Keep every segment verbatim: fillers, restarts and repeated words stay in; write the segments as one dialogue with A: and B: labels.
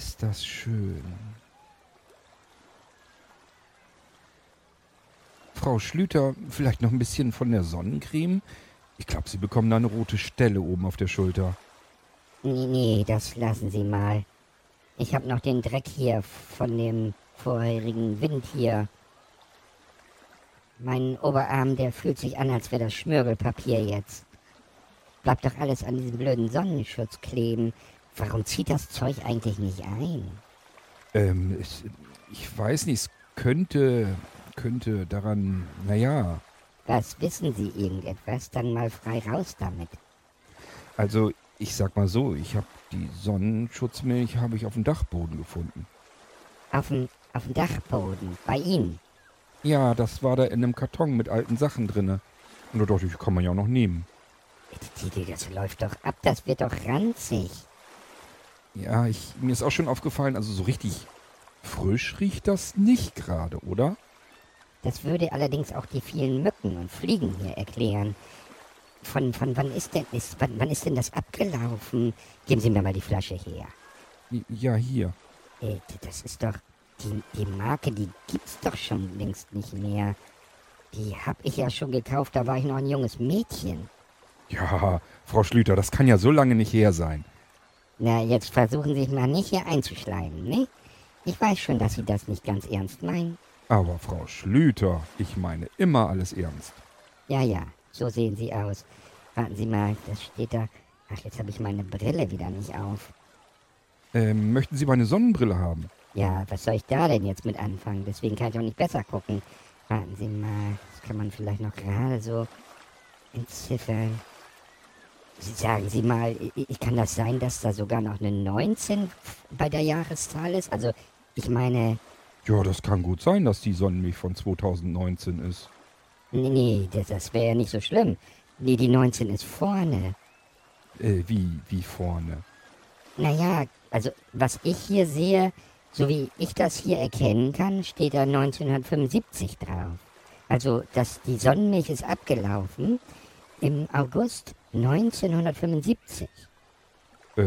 A: ist das schön. Frau Schlüter, vielleicht noch ein bisschen von der Sonnencreme? Ich glaube, Sie bekommen da eine rote Stelle oben auf der Schulter.
B: Nee, nee, das lassen Sie mal. Ich hab noch den Dreck hier von dem vorherigen Wind hier. Mein Oberarm, der fühlt sich an, als wäre das Schmirgelpapier jetzt. Bleibt doch alles an diesem blöden Sonnenschutz kleben. Warum zieht das Zeug eigentlich nicht ein?
A: Ähm, ich, ich weiß nicht, es könnte, könnte daran, naja,
B: Was wissen Sie irgendetwas? Dann mal frei raus damit.
A: also ich sag mal so, ich habe die Sonnenschutzmilch habe ich auf dem Dachboden gefunden.
B: Auf dem, auf dem Dachboden, bei Ihnen.
A: Ja, das war da in einem Karton mit alten Sachen drinne. Und da dachte ich, kann man ja auch noch nehmen.
B: Titi, das läuft doch ab, das wird doch ranzig.
A: Ja, ich, mir ist auch schon aufgefallen, also so richtig frisch riecht das nicht gerade, oder?
B: Das würde allerdings auch die vielen Mücken und Fliegen hier erklären. Von, von wann ist denn, ist, wann, wann ist denn das abgelaufen? Geben Sie mir mal die Flasche her.
A: Ja, hier.
B: Äh, das ist doch, die, die Marke, die gibt's doch schon längst nicht mehr. Die hab ich ja schon gekauft, da war ich noch ein junges Mädchen.
A: Ja, Frau Schlüter, das kann ja so lange nicht her sein.
B: Na, jetzt versuchen Sie sich mal nicht hier einzuschleimen, ne? Ich weiß schon, dass Sie das nicht ganz ernst meinen.
A: Aber Frau Schlüter, ich meine immer alles ernst.
B: Ja, ja, so sehen Sie aus. Warten Sie mal, das steht da. Ach, jetzt habe ich meine Brille wieder nicht auf.
A: Ähm, möchten Sie meine Sonnenbrille haben?
B: Ja, was soll ich da denn jetzt mit anfangen? Deswegen kann ich auch nicht besser gucken. Warten Sie mal, das kann man vielleicht noch gerade so entziffern. Sagen Sie mal, i- i- kann das sein, dass da sogar noch eine neunzehn bei der Jahreszahl ist? Also, ich meine,
A: Ja, das kann gut sein, dass die Sonnenmilch von zweitausendneunzehn ist.
B: nee, nee, das, das wäre ja nicht so schlimm. Nee, die neunzehn ist vorne.
A: Äh, wie, wie vorne?
B: Naja, also, was ich hier sehe, so wie ich das hier erkennen kann, steht da neunzehnhundertfünfundsiebzig drauf. Also, dass die Sonnenmilch ist abgelaufen im August neunzehnhundertfünfundsiebzig.
A: Äh,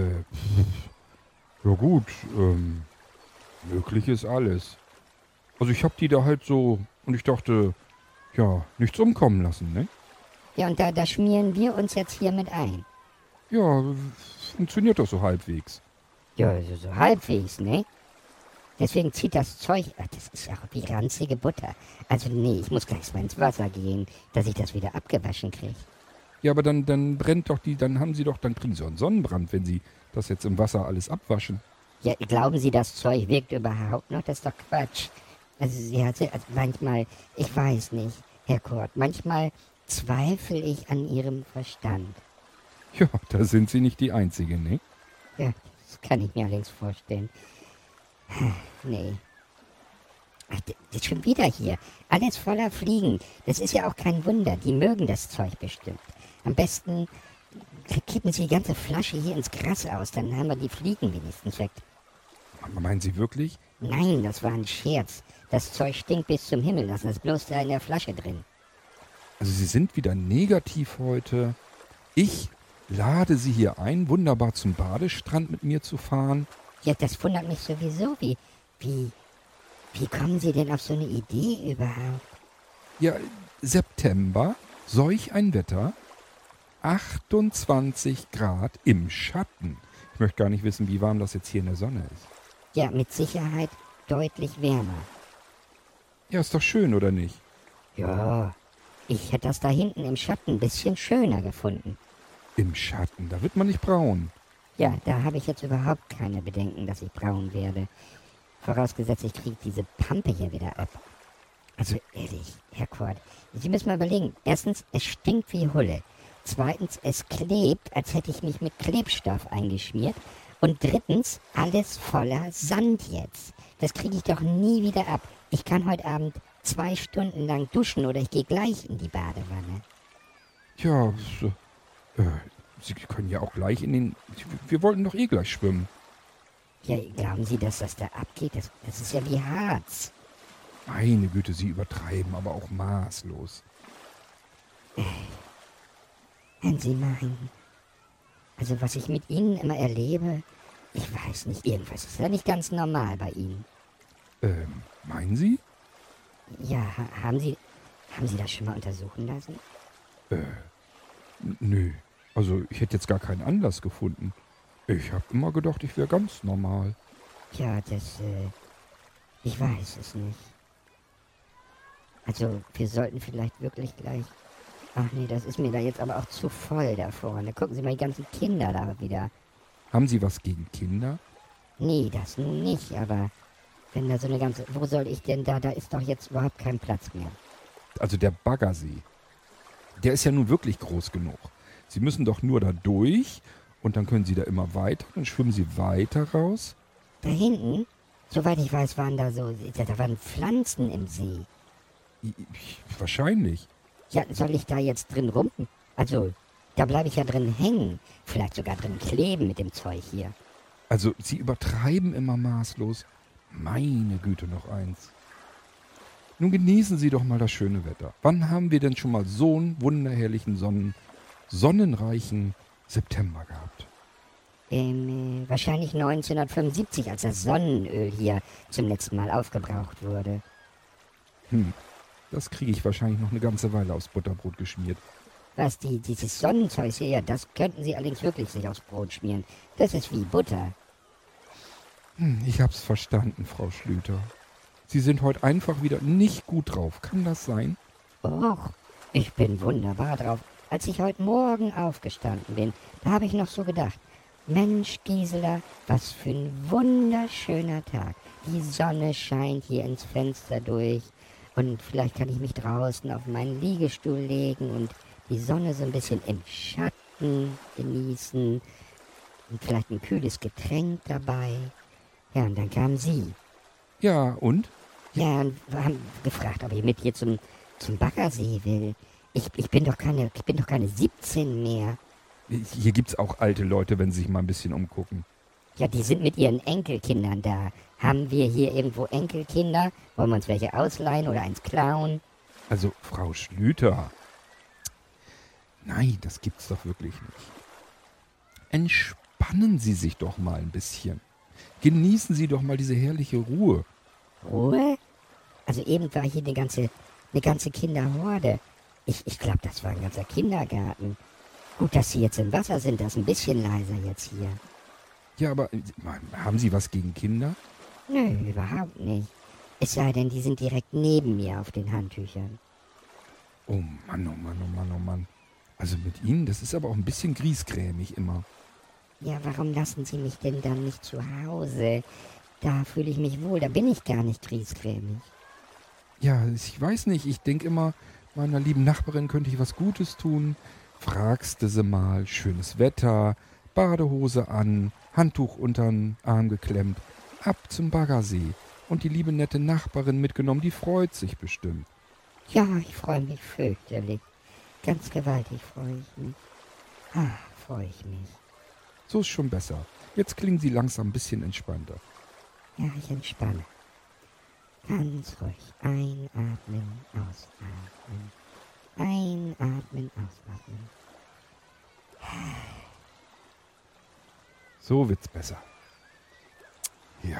A: ja gut, ähm, möglich ist alles. Also ich hab die da halt so und ich dachte, ja, nichts umkommen lassen, ne?
B: Ja, und da, da schmieren wir uns jetzt hier mit ein.
A: Ja, funktioniert doch so halbwegs.
B: Ja, so, so halbwegs, ne? Deswegen zieht das Zeug, ach, das ist ja auch wie ranzige Butter. Also nee, ich muss gleich mal ins Wasser gehen, dass ich das wieder abgewaschen kriege.
A: Ja, aber dann, dann brennt doch die, dann haben sie doch, dann kriegen sie auch einen Sonnenbrand, wenn sie das jetzt im Wasser alles abwaschen.
B: Ja, glauben Sie, das Zeug wirkt überhaupt noch? Das ist doch Quatsch. Also sie hat, also manchmal, ich weiß nicht, Herr Kurt, manchmal zweifle ich an Ihrem Verstand.
A: Ja, da sind sie nicht die Einzige, ne?
B: Ja, das kann ich mir allerdings vorstellen. Nee. Ach, d- das ist schon wieder hier. Alles voller Fliegen. Das ist ja auch kein Wunder. Die mögen das Zeug bestimmt. Am besten kippen Sie die ganze Flasche hier ins Gras aus. Dann haben wir die Fliegen wenigstens weg.
A: Meinen Sie wirklich?
B: Nein, das war ein Scherz. Das Zeug stinkt bis zum Himmel. Lassen es bloß da in der Flasche drin.
A: Also Sie sind wieder negativ heute. Ich lade Sie hier ein, wunderbar zum Badestrand mit mir zu fahren.
B: Ja, das wundert mich sowieso. Wie, wie, wie kommen Sie denn auf so eine Idee überhaupt?
A: Ja, September, solch ein Wetter, achtundzwanzig Grad im Schatten. Ich möchte gar nicht wissen, wie warm das jetzt hier in der Sonne ist.
B: Ja, mit Sicherheit deutlich wärmer.
A: Ja, ist doch schön, oder nicht?
B: Ja, ich hätte das da hinten im Schatten ein bisschen schöner gefunden.
A: Im Schatten, da wird man nicht braun.
B: Ja, da habe ich jetzt überhaupt keine Bedenken, dass ich braun werde. Vorausgesetzt, ich kriege diese Pampe hier wieder ab. Also ehrlich, Herr Kurt, Sie müssen mal überlegen. Erstens, es stinkt wie Hulle. Zweitens, es klebt, als hätte ich mich mit Klebstoff eingeschmiert. Und drittens, alles voller Sand jetzt. Das kriege ich doch nie wieder ab. Ich kann heute Abend zwei Stunden lang duschen oder ich gehe gleich in die Badewanne.
A: Ja, so, äh, Sie können ja auch gleich in den... Wir wollten doch eh gleich schwimmen.
B: Ja, glauben Sie, dass das da abgeht? Das, das ist ja wie Harz.
A: Meine Güte, Sie übertreiben, aber auch maßlos.
B: Hören Sie mal, also was ich mit Ihnen immer erlebe, Ich weiß nicht, irgendwas ist ja nicht ganz normal bei Ihnen.
A: Ähm, meinen Sie?
B: Ja, ha haben Sie, haben Sie das schon mal untersuchen lassen?
A: Äh, n- nö. Also ich hätte jetzt gar keinen Anlass gefunden. Ich habe immer gedacht, ich wäre ganz normal.
B: Ja, das, äh, ich weiß es nicht. Also, wir sollten vielleicht wirklich gleich... Ach nee, das ist mir da jetzt aber auch zu voll da vorne. Gucken Sie mal, die ganzen Kinder da wieder.
A: Haben Sie was gegen Kinder?
B: Nee, das nicht, aber wenn da so eine ganze... Wo soll ich denn da? Da ist doch jetzt überhaupt kein Platz mehr.
A: Also der Baggersee. Der ist ja nun wirklich groß genug. Sie müssen doch nur da durch und dann können Sie da immer weiter. Dann schwimmen Sie weiter raus.
B: Da hinten, soweit ich weiß, waren da so... Da waren Pflanzen im See.
A: I- ich- Wahrscheinlich.
B: Ja, soll ich da jetzt drin rum? Also, da bleibe ich ja drin hängen. Vielleicht sogar drin kleben mit dem Zeug hier.
A: Also Sie übertreiben immer maßlos. Meine Güte, noch eins. Nun genießen Sie doch mal das schöne Wetter. Wann haben wir denn schon mal so einen wunderherrlichen, Sonnen, sonnenreichen September gehabt?
B: Ähm, äh, wahrscheinlich neunzehnhundertfünfundsiebzig, als das Sonnenöl hier zum letzten Mal aufgebraucht wurde.
A: Hm, das kriege ich wahrscheinlich noch eine ganze Weile aufs Butterbrot geschmiert.
B: Was, die, dieses Sonnenzeug hier, das könnten Sie allerdings wirklich sich aufs Brot schmieren. Das ist wie Butter.
A: Hm, ich hab's verstanden, Frau Schlüter. Sie sind heute einfach wieder nicht gut drauf. Kann das sein?
B: Och, ich bin wunderbar drauf. Als ich heute Morgen aufgestanden bin, da habe ich noch so gedacht, Mensch, Gisela, was für ein wunderschöner Tag. Die Sonne scheint hier ins Fenster durch und vielleicht kann ich mich draußen auf meinen Liegestuhl legen und die Sonne so ein bisschen im Schatten genießen und vielleicht ein kühles Getränk dabei. Ja, und dann kam sie.
A: Ja, und?
B: Ja, und wir haben gefragt, ob ich mit ihr zum, zum Baggersee will. Ich, ich bin doch keine, ich bin doch keine siebzehn mehr.
A: Hier gibt's auch alte Leute, wenn sie sich mal ein bisschen umgucken.
B: Ja, die sind mit ihren Enkelkindern da. Haben wir hier irgendwo Enkelkinder? Wollen wir uns welche ausleihen oder eins klauen?
A: Also, Frau Schlüter. Nein, das gibt's doch wirklich nicht. Entspannen Sie sich doch mal ein bisschen. Genießen Sie doch mal diese herrliche Ruhe.
B: Ruhe? Also eben war hier eine ganze, eine ganze Kinderhorde. Ich, ich glaube, das war ein ganzer Kindergarten. Gut, dass Sie jetzt im Wasser sind, das ist ein bisschen leiser jetzt hier.
A: Ja, aber äh, haben Sie was gegen Kinder?
B: Nö, überhaupt nicht. Es sei denn, die sind direkt neben mir auf den Handtüchern.
A: Oh Mann, oh Mann, oh Mann, oh Mann. Also mit Ihnen, das ist aber auch ein bisschen griesgrämig immer.
B: Ja, warum lassen Sie mich denn dann nicht zu Hause? Da fühle ich mich wohl, da bin ich gar nicht griesgrämig.
A: Ja, ich weiß nicht, ich denke immer, meiner lieben Nachbarin könnte ich was Gutes tun. Fragst du sie mal, schönes Wetter, Badehose an, Handtuch untern Arm geklemmt, ab zum Baggersee. Und die liebe nette Nachbarin mitgenommen, die freut sich bestimmt.
B: Ja, ich freue mich fürchterlich. Ganz gewaltig freue ich mich. Ah, freue ich mich.
A: So ist schon besser. Jetzt klingen sie langsam ein bisschen entspannter.
B: Ja, ich entspanne. Ganz ruhig. Einatmen, ausatmen. Einatmen, ausatmen.
A: So wird's besser. Ja,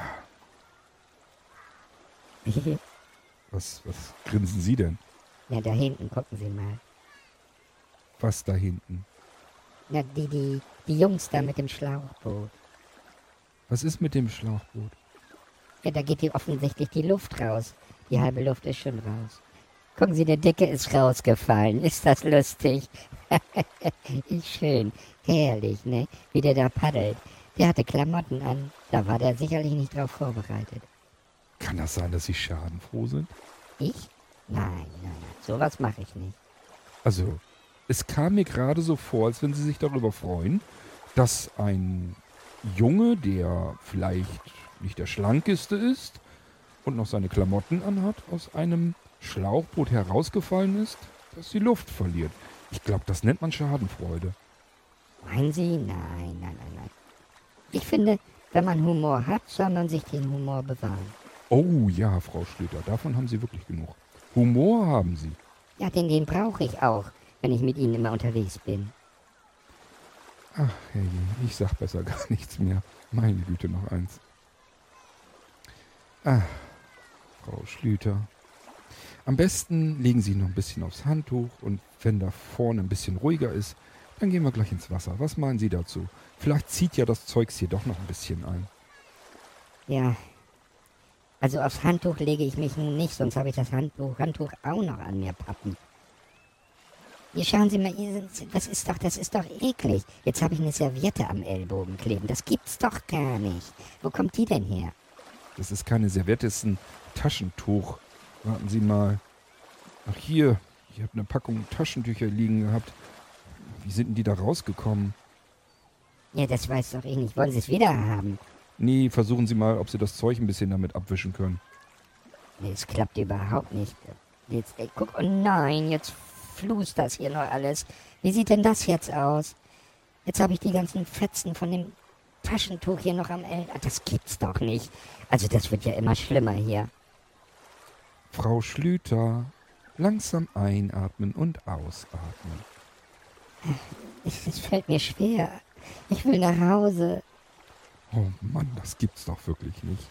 A: was, was grinsen Sie denn?
B: Na, da hinten, gucken Sie mal.
A: Was da hinten?
B: Na, die, die, die Jungs da mit dem Schlauchboot.
A: Was ist mit dem Schlauchboot?
B: Ja, da geht die offensichtlich die Luft raus. Die halbe Luft ist schon raus. Gucken Sie, der Dicke ist rausgefallen. Ist das lustig? Ist schön. Herrlich, ne? Wie der da paddelt. Der hatte Klamotten an. Da war der sicherlich nicht drauf vorbereitet.
A: Kann das sein, dass Sie schadenfroh sind?
B: Ich? Nein, nein, nein. Sowas mache ich nicht.
A: Also, es kam mir gerade so vor, als wenn Sie sich darüber freuen, dass ein Junge, der vielleicht nicht der schlankeste ist und noch seine Klamotten anhat, aus einem Schlauchboot herausgefallen ist, dass die Luft verliert. Ich glaube, das nennt man Schadenfreude.
B: Meinen Sie? Nein, nein, nein, nein. Ich finde, wenn man Humor hat, soll man sich den Humor bewahren.
A: Oh ja, Frau Schlüter, davon haben Sie wirklich genug. Humor haben Sie.
B: Ja, den, den brauche ich auch, wenn ich mit Ihnen immer unterwegs bin.
A: Ach, herrje, ich sag besser gar nichts mehr. Meine Güte, noch eins. Ah, Frau Schlüter. Am besten legen Sie noch ein bisschen aufs Handtuch und wenn da vorne ein bisschen ruhiger ist, dann gehen wir gleich ins Wasser. Was meinen Sie dazu? Vielleicht zieht ja das Zeugs hier doch noch ein bisschen ein.
B: Ja, also aufs Handtuch lege ich mich nun nicht, sonst habe ich das Handtuch, Handtuch auch noch an mir pappen. Hier schauen Sie mal, hier sind, das ist doch, das ist doch eklig. Jetzt habe ich eine Serviette am Ellbogen kleben. Das gibt's doch gar nicht. Wo kommt die denn her?
A: Das ist keine Serviette, das ist ein Taschentuch. Warten Sie mal. Ach hier, ich habe eine Packung Taschentücher liegen gehabt. Wie sind denn die da rausgekommen?
B: Ja, das weiß doch ich nicht. Wollen Sie es wieder haben?
A: Nee, versuchen Sie mal, ob Sie das Zeug ein bisschen damit abwischen können.
B: Nee, das klappt überhaupt nicht. Jetzt, ey, guck, oh nein, jetzt flust das hier noch alles. Wie sieht denn das jetzt aus? Jetzt habe ich die ganzen Fetzen von dem Taschentuch hier noch am Ell. Ah, das gibt's doch nicht. Also das wird ja immer schlimmer hier.
A: Frau Schlüter, langsam einatmen und ausatmen.
B: Es, es fällt mir schwer. Ich will nach Hause.
A: Oh Mann, das gibt's doch wirklich nicht.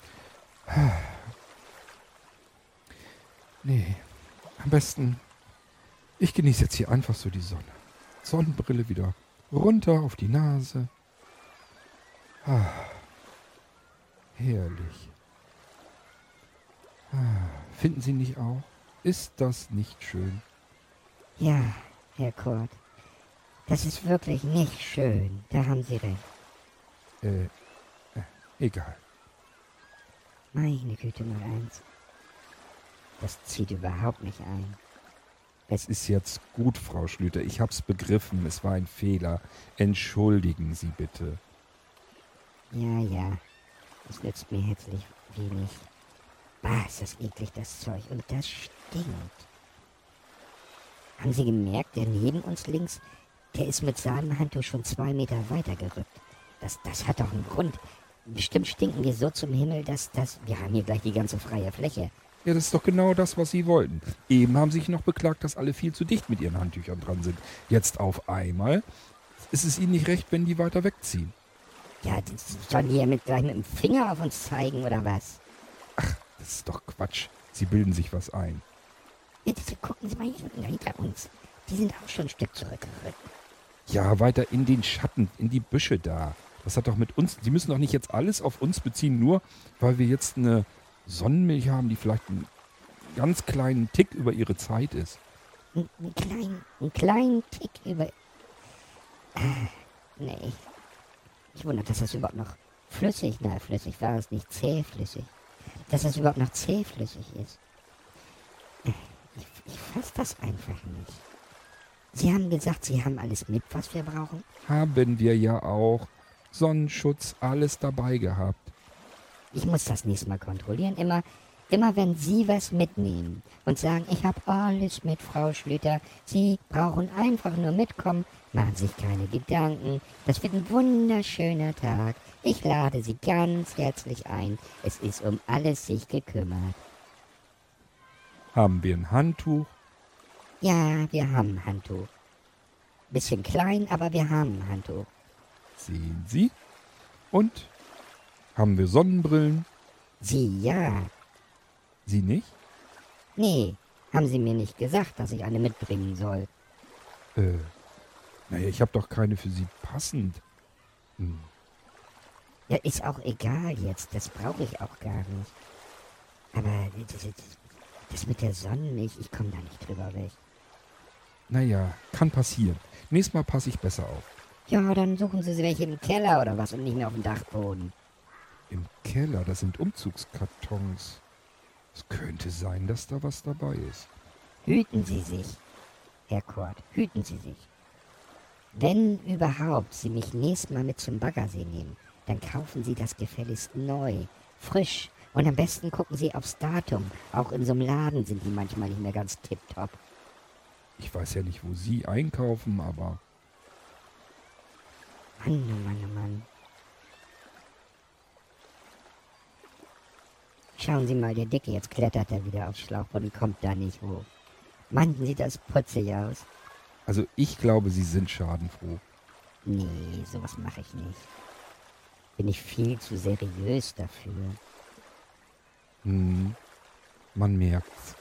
A: Nee, am besten, ich genieße jetzt hier einfach so die Sonne. Sonnenbrille wieder runter auf die Nase. Ah, herrlich. Ah, finden Sie nicht auch? Ist das nicht schön?
B: Ja, Herr Kurt. Das ist wirklich nicht schön. Da haben Sie recht.
A: Äh, äh egal.
B: Meine Güte, mal eins. Das zieht überhaupt nicht ein.
A: Es ist jetzt gut, Frau Schlüter. Ich hab's begriffen. Es war ein Fehler. Entschuldigen Sie bitte.
B: Ja, ja. Das nützt mir herzlich wenig. Bah, ist das eklig, das Zeug. Und das stinkt. Haben Sie gemerkt, der neben uns links, der ist mit seinem Handtuch schon zwei Meter weiter gerückt. Das, das hat doch einen Grund. Bestimmt stinken wir so zum Himmel, dass das... Wir haben hier gleich die ganze freie Fläche.
A: Ja, das ist doch genau das, was Sie wollten. Eben haben Sie sich noch beklagt, dass alle viel zu dicht mit Ihren Handtüchern dran sind. Jetzt auf einmal ist es Ihnen nicht recht, wenn die weiter wegziehen.
B: Ja, das sollen die ja mit, gleich mit dem Finger auf uns zeigen, oder was?
A: Das ist doch Quatsch. Sie bilden sich was ein.
B: Jetzt gucken Sie mal hier hinter uns. Die sind auch schon ein Stück zurückgerückt.
A: Ja, weiter in den Schatten, in die Büsche da. Das hat doch mit uns... Sie müssen doch nicht jetzt alles auf uns beziehen, nur weil wir jetzt eine Sonnenmilch haben, die vielleicht einen ganz kleinen Tick über ihre Zeit ist.
B: Ein, ein kleinen, einen kleinen Tick über... Ah, nee. Ich wundere, dass das überhaupt noch flüssig, na flüssig war es nicht, zähflüssig. Dass das überhaupt noch zähflüssig ist. Ich, ich fasse das einfach nicht. Sie haben gesagt, Sie haben alles mit, was wir brauchen?
A: Haben wir ja auch. Sonnenschutz, alles dabei gehabt.
B: Ich muss das nächste Mal kontrollieren. Immer, immer wenn Sie was mitnehmen und sagen, ich habe alles mit, Frau Schlüter, Sie brauchen einfach nur mitkommen, machen sich keine Gedanken. Das wird ein wunderschöner Tag. Ich lade Sie ganz herzlich ein. Es ist um alles sich gekümmert.
A: Haben wir ein Handtuch?
B: Ja, wir haben ein Handtuch. Bisschen klein, aber wir haben ein Handtuch.
A: Sehen Sie? Und? Haben wir Sonnenbrillen?
B: Sie ja.
A: Sie nicht?
B: Nee, haben Sie mir nicht gesagt, dass ich eine mitbringen soll.
A: Äh, naja, ich habe doch keine für Sie passend. Hm.
B: Ja, ist auch egal jetzt. Das brauche ich auch gar nicht. Aber das, das, das mit der Sonnenmilch, ich komme da nicht drüber weg.
A: Naja, kann passieren. Nächstes Mal passe ich besser auf.
B: Ja, dann suchen Sie welche im Keller oder was und nicht mehr auf dem Dachboden.
A: Im Keller, das sind Umzugskartons. Es könnte sein, dass da was dabei ist.
B: Hüten Sie sich, Herr Kurt, hüten Sie sich. Wenn überhaupt Sie mich nächstes Mal mit zum Baggersee nehmen, dann kaufen Sie das gefälligst neu, frisch. Und am besten gucken Sie aufs Datum. Auch in so einem Laden sind die manchmal nicht mehr ganz tipptopp.
A: Ich weiß ja nicht, wo Sie einkaufen, aber...
B: Mann, oh Mann, oh Mann. Schauen Sie mal, der Dicke, jetzt klettert er wieder aufs Schlauchboot und kommt da nicht hoch. Mann, sieht das putzig aus.
A: Also ich glaube, Sie sind schadenfroh.
B: Nee, sowas mache ich nicht. Bin ich viel zu seriös dafür.
A: Hm, man merkt's.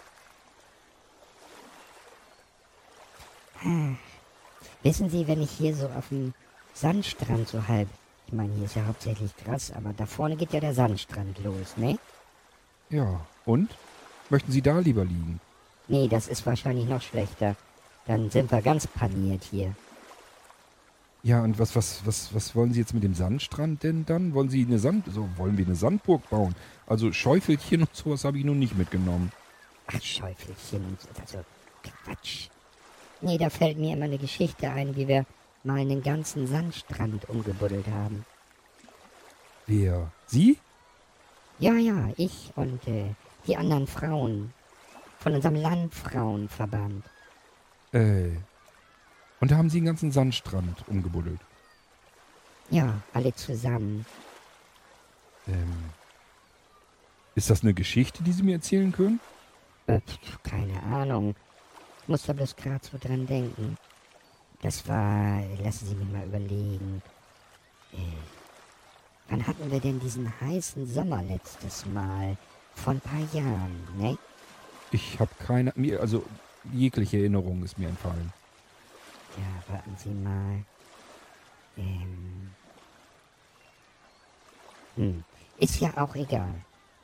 B: Wissen Sie, wenn ich hier so auf dem Sandstrand so halb... Ich meine, hier ist ja hauptsächlich Gras, aber da vorne geht ja der Sandstrand los, ne?
A: Ja, und? Möchten Sie da lieber liegen?
B: Nee, das ist wahrscheinlich noch schlechter. Dann sind wir ganz paniert hier.
A: Ja, und was, was, was, was wollen Sie jetzt mit dem Sandstrand denn dann? Wollen Sie eine Sand... So, wollen wir eine Sandburg bauen? Also Schäufelchen und sowas habe ich nun nicht mitgenommen.
B: Ach, Schäufelchen und so. Also, Quatsch. Nee, da fällt mir immer eine Geschichte ein, wie wir mal einen ganzen Sandstrand umgebuddelt haben.
A: Wer? Sie?
B: Ja, ja, ich und äh, die anderen Frauen von unserem Landfrauenverband.
A: Äh. Und da haben Sie den ganzen Sandstrand umgebuddelt.
B: Ja, alle zusammen.
A: Ähm. Ist das eine Geschichte, die Sie mir erzählen können?
B: Äh, keine Ahnung. Ich muss da bloß gerade so dran denken. Das war, lassen Sie mich mal überlegen. Äh, wann hatten wir denn diesen heißen Sommer letztes Mal? Vor ein paar Jahren, ne?
A: Ich habe keine... Mir, also jegliche Erinnerung ist mir entfallen.
B: Ja, warten Sie mal. Ähm. Hm. Ist ja auch egal.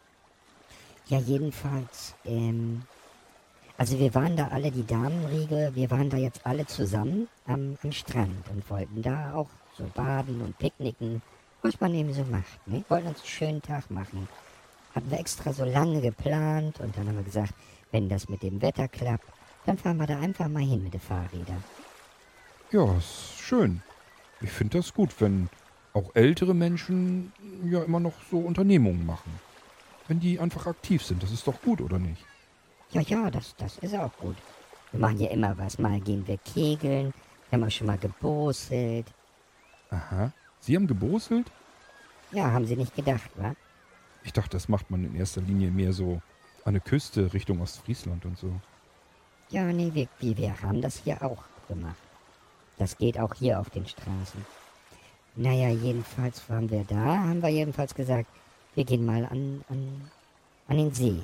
B: Ja, jedenfalls, ähm. Also wir waren da alle, die Damenriege, wir waren da jetzt alle zusammen am, am Strand und wollten da auch so baden und picknicken, was man eben so macht, ne? Wollten uns einen schönen Tag machen. Hatten wir extra so lange geplant und dann haben wir gesagt, wenn das mit dem Wetter klappt, dann fahren wir da einfach mal hin mit den Fahrrädern.
A: Ja, ist schön. Ich finde das gut, wenn auch ältere Menschen ja immer noch so Unternehmungen machen. Wenn die einfach aktiv sind, das ist doch gut, oder nicht?
B: Ja, ja, das, das ist auch gut. Wir machen ja immer was. Mal gehen wir kegeln, wir haben auch schon mal geboselt.
A: Aha. Sie haben geboselt?
B: Ja, haben Sie nicht gedacht, wa?
A: Ich dachte, das macht man in erster Linie mehr so an der Küste Richtung Ostfriesland und so.
B: Ja, nee, wir, wir, wir haben das hier auch gemacht. Das geht auch hier auf den Straßen. Naja, jedenfalls waren wir da, haben wir jedenfalls gesagt, wir gehen mal an, an, an den See.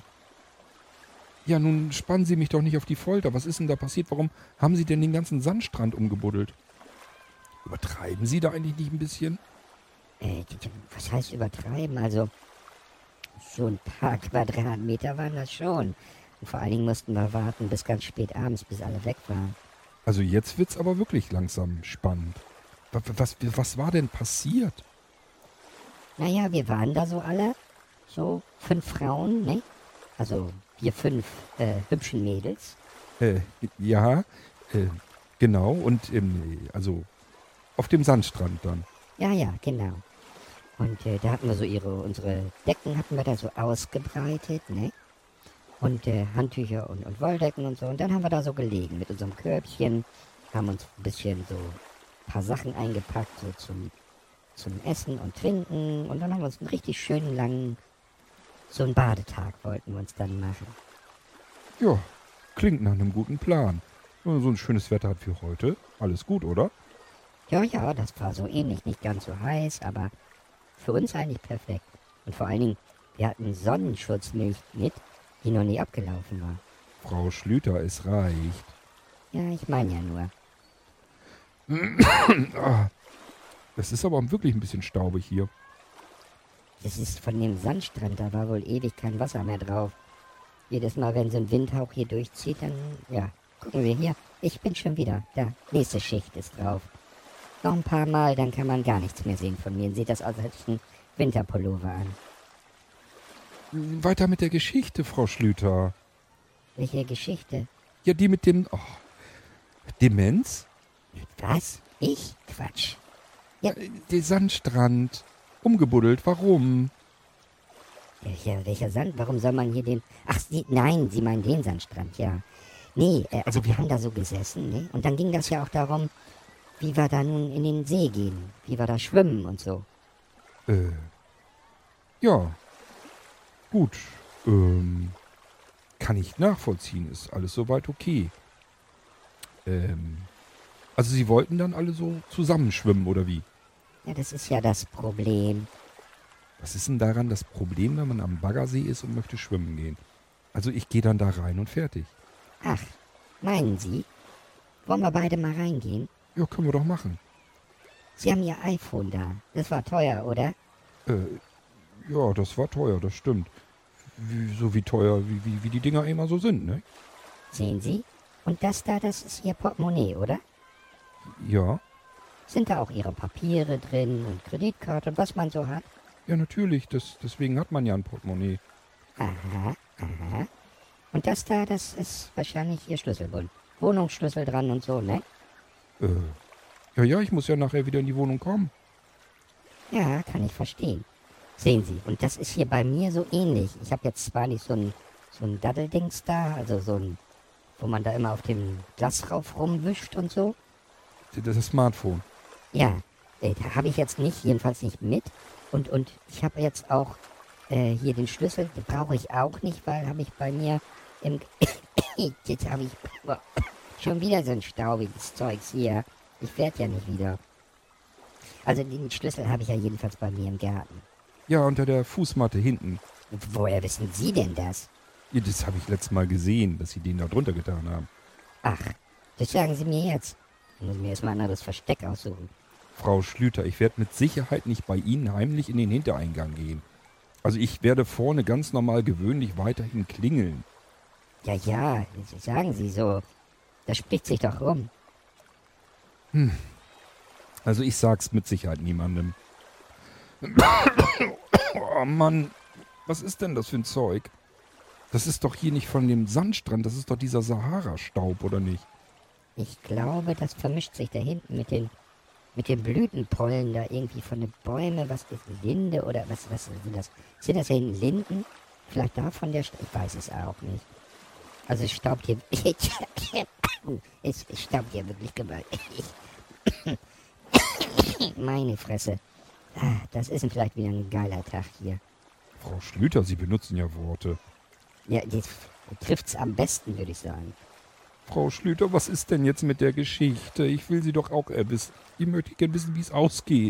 A: Ja, nun spannen Sie mich doch nicht auf die Folter. Was ist denn da passiert? Warum haben Sie denn den ganzen Sandstrand umgebuddelt? Übertreiben Sie da eigentlich nicht ein bisschen?
B: Äh, was heißt übertreiben? Also, so ein paar Quadratmeter waren das schon. Und vor allen Dingen mussten wir warten bis ganz spät abends, bis alle weg waren.
A: Also jetzt wird's aber wirklich langsam spannend. Was, was, was war denn passiert?
B: Naja, wir waren da so alle, so fünf Frauen, ne? Also wir fünf äh, hübschen Mädels.
A: Äh, ja, äh, genau. Und ähm, also auf dem Sandstrand dann.
B: Ja, ja, genau. Und äh, da hatten wir so ihre, unsere Decken hatten wir da so ausgebreitet, ne? Und äh, Handtücher und, und Wolldecken und so. Und dann haben wir da so gelegen mit unserem Körbchen, haben uns ein bisschen so ein paar Sachen eingepackt, so zum, zum Essen und Trinken. Und dann haben wir uns einen richtig schönen langen, so einen Badetag wollten wir uns dann machen.
A: Ja, klingt nach einem guten Plan. Wenn man so ein schönes Wetter hat wie heute, alles gut, oder?
B: Ja, ja, das war so ähnlich, nicht ganz so heiß, aber für uns eigentlich perfekt. Und vor allen Dingen, wir hatten Sonnenschutzmilch mit, die noch nie abgelaufen war.
A: Frau Schlüter, es reicht.
B: Ja, ich meine ja nur.
A: Es ist aber wirklich ein bisschen staubig hier.
B: Das ist von dem Sandstrand, da war wohl ewig kein Wasser mehr drauf. Jedes Mal, wenn so ein Windhauch hier durchzieht, dann, ja, gucken wir hier. Ich bin schon wieder, da, nächste Schicht ist drauf. Noch ein paar Mal, dann kann man gar nichts mehr sehen von mir. Sieht das aus, als hätte ich einen Winterpullover an.
A: Weiter mit der Geschichte, Frau Schlüter.
B: Welche Geschichte?
A: Ja, die mit dem... Oh, Demenz?
B: Was? Ich? Quatsch. Ja.
A: Der Sandstrand. Umgebuddelt. Warum?
B: Welcher, welcher Sand? Warum soll man hier den... Ach, Sie, nein, Sie meinen den Sandstrand, ja. Nee, äh, also wir haben da so gesessen, ne? Und dann ging das ja auch darum, wie wir da nun in den See gehen. Wie wir da schwimmen und so.
A: Äh, ja. Gut. Ähm, kann ich nachvollziehen. Ist alles soweit okay. Ähm, Also Sie wollten dann alle so zusammenschwimmen, oder wie?
B: Ja, das ist ja das Problem.
A: Was ist denn daran das Problem, wenn man am Baggersee ist und möchte schwimmen gehen? Also ich gehe dann da rein und fertig.
B: Ach, meinen Sie? Wollen wir beide mal reingehen?
A: Ja, können wir doch machen.
B: Sie haben Ihr iPhone da. Das war teuer, oder?
A: Äh, ja, das war teuer, das stimmt. Wie, so wie teuer, wie, wie, wie die Dinger immer so sind, ne?
B: Sehen Sie? Und das da, das ist Ihr Portemonnaie, oder?
A: Ja,
B: Sind da auch Ihre Papiere drin und Kreditkarte und was man so hat?
A: ja natürlich, das, deswegen hat man ja ein Portemonnaie.
B: Aha, aha. Und das da, das ist wahrscheinlich Ihr Schlüsselbund. Wohnungsschlüssel dran und so, ne?
A: Äh, ja, ja, ich muss ja nachher wieder in die Wohnung kommen.
B: Ja, kann ich verstehen. Sehen Sie, und das ist hier bei mir so ähnlich. Ich habe jetzt zwar nicht so ein, so ein Daddeldings da, also so ein, wo man da immer auf dem Glas rauf rumwischt und so.
A: Das ist Smartphone.
B: Ja, äh, da habe ich jetzt nicht, jedenfalls nicht mit. Und, und ich habe jetzt auch äh, hier den Schlüssel, den brauche ich auch nicht, weil habe ich bei mir im... Jetzt habe ich boah, schon wieder so ein staubiges Zeugs hier. Ich werde ja nicht wieder. Also den Schlüssel habe ich ja jedenfalls bei mir im Garten.
A: Ja, unter der Fußmatte hinten.
B: Woher wissen Sie denn das?
A: Ja, das habe ich letztes Mal gesehen, dass Sie den da drunter getan haben.
B: Ach, das sagen Sie mir jetzt. Ich muss mir erstmal ein anderes Versteck aussuchen.
A: Frau Schlüter, ich werde mit Sicherheit nicht bei Ihnen heimlich in den Hintereingang gehen. Also ich werde vorne ganz normal gewöhnlich weiterhin klingeln.
B: Ja, ja, das sagen Sie so. Das spricht sich doch rum.
A: Also ich sag's mit Sicherheit niemandem. Oh Mann, was ist denn das für ein Zeug? Das ist doch hier nicht von dem Sandstrand, das ist doch dieser Sahara-Staub, oder nicht?
B: Ich glaube, das vermischt sich da hinten mit den, mit den Blütenpollen da irgendwie von den Bäumen. Was ist Linde oder was, was sind das? Sind das da hinten Linden? Vielleicht davon der St Ich weiß es auch nicht. Also es staubt hier... es, es staubt hier wirklich gewaltig. Meine Fresse. Ah, das ist vielleicht wieder ein geiler Tag hier.
A: Frau Schlüter, Sie benutzen ja Worte.
B: Ja, das trifft's am besten, würde ich sagen.
A: Frau Schlüter, was ist denn jetzt mit der Geschichte? Ich will sie doch auch äh, wissen. Ich möchte gerne wissen, wie es ausgeht.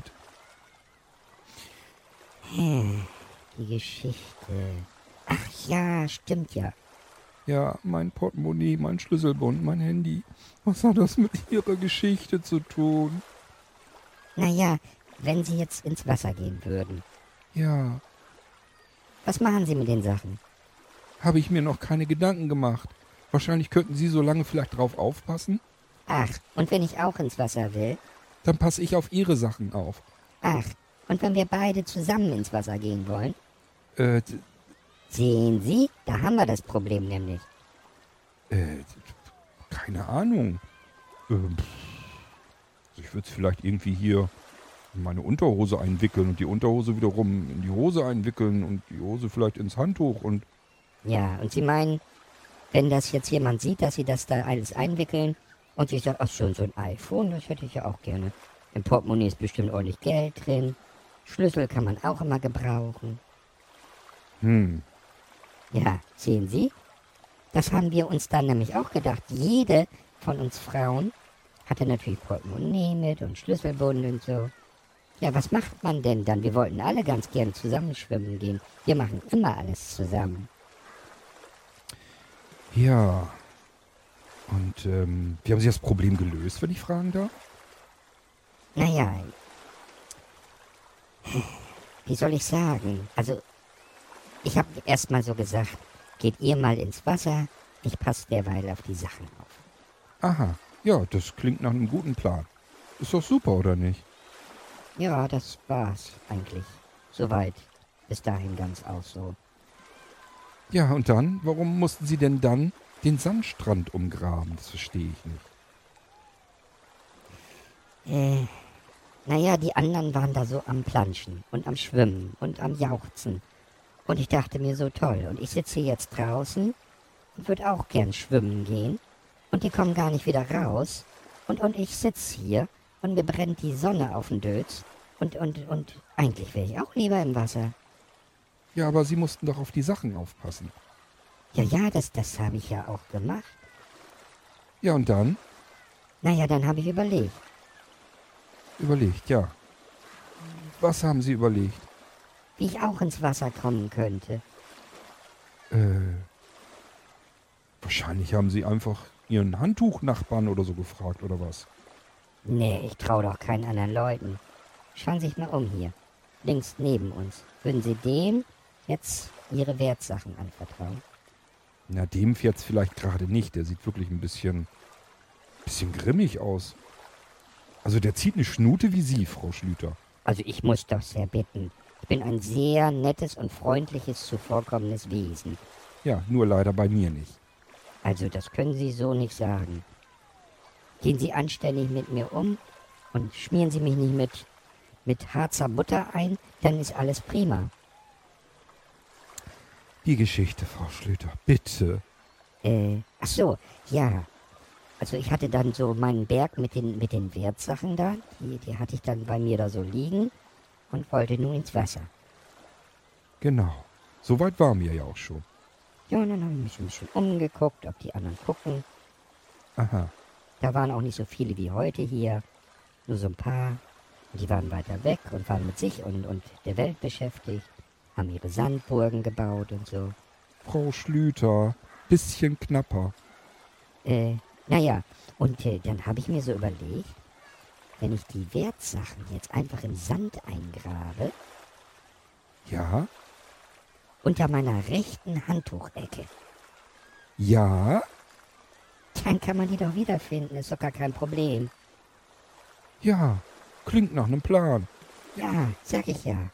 B: Die Geschichte. Ach ja, stimmt ja.
A: Ja, mein Portemonnaie, mein Schlüsselbund, mein Handy. Was hat das mit Ihrer Geschichte zu tun?
B: Naja, wenn Sie jetzt ins Wasser gehen würden,
A: Ja,
B: was machen Sie mit den Sachen?
A: habe ich mir noch keine Gedanken gemacht. Wahrscheinlich könnten Sie so lange vielleicht drauf aufpassen.
B: Ach, und wenn ich auch ins Wasser will?
A: Dann passe ich auf Ihre Sachen auf.
B: Ach, und wenn wir beide zusammen ins Wasser gehen wollen?
A: Äh, d-
B: Sehen Sie, da haben wir das Problem nämlich.
A: äh, keine Ahnung. Ähm, also ich würde es vielleicht irgendwie hier in meine Unterhose einwickeln und die Unterhose wiederum in die Hose einwickeln und die Hose vielleicht ins Handtuch und...
B: Ja, und Sie meinen, wenn das jetzt jemand sieht, dass Sie das da alles einwickeln und sich sagt, ach schon, so ein iPhone, das hätte ich ja auch gerne. Im Portemonnaie ist bestimmt ordentlich Geld drin. Schlüssel kann man auch immer gebrauchen.
A: Hm,
B: Ja, sehen Sie? Das haben wir uns dann nämlich auch gedacht. Jede von uns Frauen hatte natürlich Portemonnaie mit und Schlüsselbund und so. Ja, was macht man denn dann? Wir wollten alle ganz gern zusammen schwimmen gehen. Wir machen immer alles zusammen.
A: ja. Und ähm, wie haben Sie das Problem gelöst, wenn ich fragen darf?
B: Naja, wie soll ich sagen? Also, ich habe erst mal so gesagt, geht ihr mal ins Wasser, ich passe derweil auf die Sachen auf.
A: Aha, ja, das klingt nach einem guten Plan. Ist doch super, oder nicht?
B: Ja, das war's eigentlich. Soweit. Bis dahin ganz auch so.
A: Ja, und dann? Warum mussten Sie denn dann den Sandstrand umgraben? Das verstehe ich nicht.
B: Äh, naja, die anderen waren da so am Planschen und am Schwimmen und am Jauchzen. Und ich dachte mir so toll. Und ich sitze jetzt draußen und würde auch gern schwimmen gehen. Und die kommen gar nicht wieder raus. Und, und ich sitze hier und mir brennt die Sonne auf den Dötz. Und, und, und eigentlich wäre ich auch lieber im Wasser.
A: Ja, aber Sie mussten doch auf die Sachen aufpassen.
B: Ja, ja, das, das habe ich ja auch gemacht.
A: Ja, und dann?
B: Naja, dann habe ich überlegt.
A: Überlegt, ja. Was haben Sie überlegt?
B: Wie ich auch ins Wasser kommen könnte.
A: Äh, wahrscheinlich haben Sie einfach Ihren Handtuchnachbarn oder so gefragt, oder was?
B: Nee, ich traue doch keinen anderen Leuten. Schauen Sie sich mal um hier. Links neben uns. Würden Sie dem jetzt Ihre Wertsachen anvertrauen?
A: Na, dem jetzt vielleicht gerade nicht. Der sieht wirklich ein bisschen, bisschen grimmig aus. Also der zieht eine Schnute wie Sie, Frau Schlüter.
B: Also ich muss doch sehr bitten. Ich bin ein sehr nettes und freundliches, zuvorkommendes Wesen.
A: Ja, nur leider bei mir nicht.
B: Also das können Sie so nicht sagen. Gehen Sie anständig mit mir um und schmieren Sie mich nicht mit, mit Harzer Butter ein, dann ist alles prima.
A: Die Geschichte, Frau Schlüter, bitte.
B: Äh, ach so, ja. Also ich hatte dann so meinen Berg mit den, mit den Wertsachen da, die, die hatte ich dann bei mir da so liegen und wollte nun ins Wasser.
A: Genau. Soweit waren wir ja auch schon.
B: Ja, und dann habe ich mich ein bisschen umgeguckt, ob die anderen gucken.
A: Aha.
B: Da waren auch nicht so viele wie heute hier, nur so ein paar. Und die waren weiter weg und waren mit sich und, und der Welt beschäftigt, haben ihre Sandburgen gebaut und so.
A: Frau Schlüter, bisschen knapper.
B: Äh, naja, und äh, dann habe ich mir so überlegt, wenn ich die Wertsachen jetzt einfach im Sand eingrabe,
A: Ja?
B: unter meiner rechten Handtuchecke,
A: Ja?
B: dann kann man die doch wiederfinden, ist doch gar kein Problem.
A: Ja. Klingt nach einem Plan.
B: Ja, sag ich ja.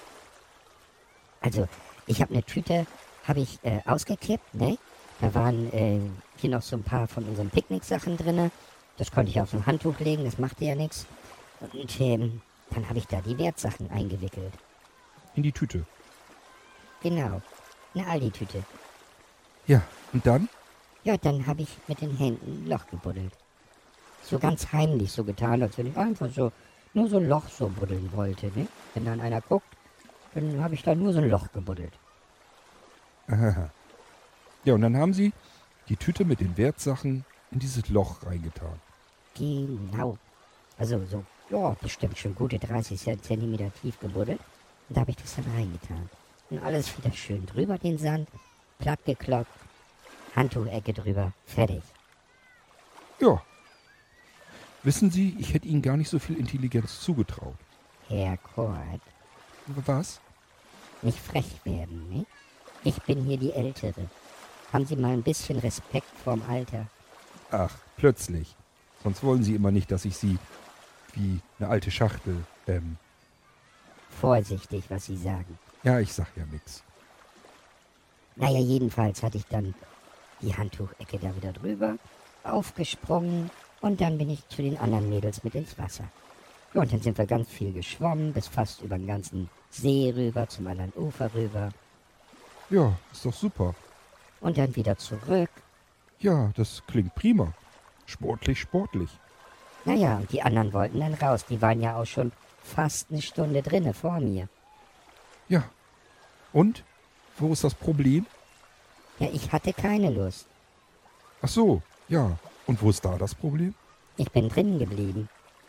B: Also, ich habe eine Tüte, habe ich äh, ausgekippt, ne? Da waren äh, hier noch so ein paar von unseren Picknicksachen drinne. Das konnte ich auf so ein Handtuch legen, das machte ja nichts. Und ähm, dann habe ich da die Wertsachen eingewickelt.
A: In die Tüte.
B: Genau, eine Aldi-Tüte.
A: Ja. Und dann?
B: Ja, dann habe ich mit den Händen ein Loch gebuddelt. So ganz heimlich so getan, als wenn ich einfach so nur so ein Loch so buddeln wollte, ne? Wenn dann einer guckt, dann habe ich da nur so ein Loch gebuddelt.
A: Aha. Ja, und dann haben Sie die Tüte mit den Wertsachen in dieses Loch reingetan.
B: Genau. Also so, ja, bestimmt schon gute dreißig Zentimeter tief gebuddelt. Und da habe ich das dann reingetan. Und alles wieder schön drüber, den Sand, platt gekloppt, Handtuchecke drüber, fertig.
A: Ja. Wissen Sie, ich hätte Ihnen gar nicht so viel Intelligenz zugetraut.
B: Herr Kort,
A: Was?
B: nicht frech werden, ne? Ich bin hier die Ältere. Haben Sie mal ein bisschen Respekt vorm Alter.
A: Ach, plötzlich. Sonst wollen Sie immer nicht, dass ich Sie wie eine alte Schachtel, ähm,
B: Vorsichtig, was Sie sagen.
A: ja, ich sag ja nix.
B: Naja, jedenfalls hatte ich dann die Handtuchecke da wieder drüber, aufgesprungen und dann bin ich zu den anderen Mädels mit ins Wasser. Ja, und dann sind wir ganz viel geschwommen, bis fast über den ganzen See rüber, zum anderen Ufer rüber
A: Ja, ist doch super.
B: und dann wieder zurück.
A: Ja, das klingt prima. Sportlich, sportlich.
B: Naja, und die anderen wollten dann raus, die waren ja auch schon fast eine Stunde drinne vor mir.
A: Ja. Und? Wo ist das Problem?
B: Ja, ich hatte keine Lust.
A: Ach so, ja. Und wo ist da das Problem?
B: Ich bin drinnen geblieben.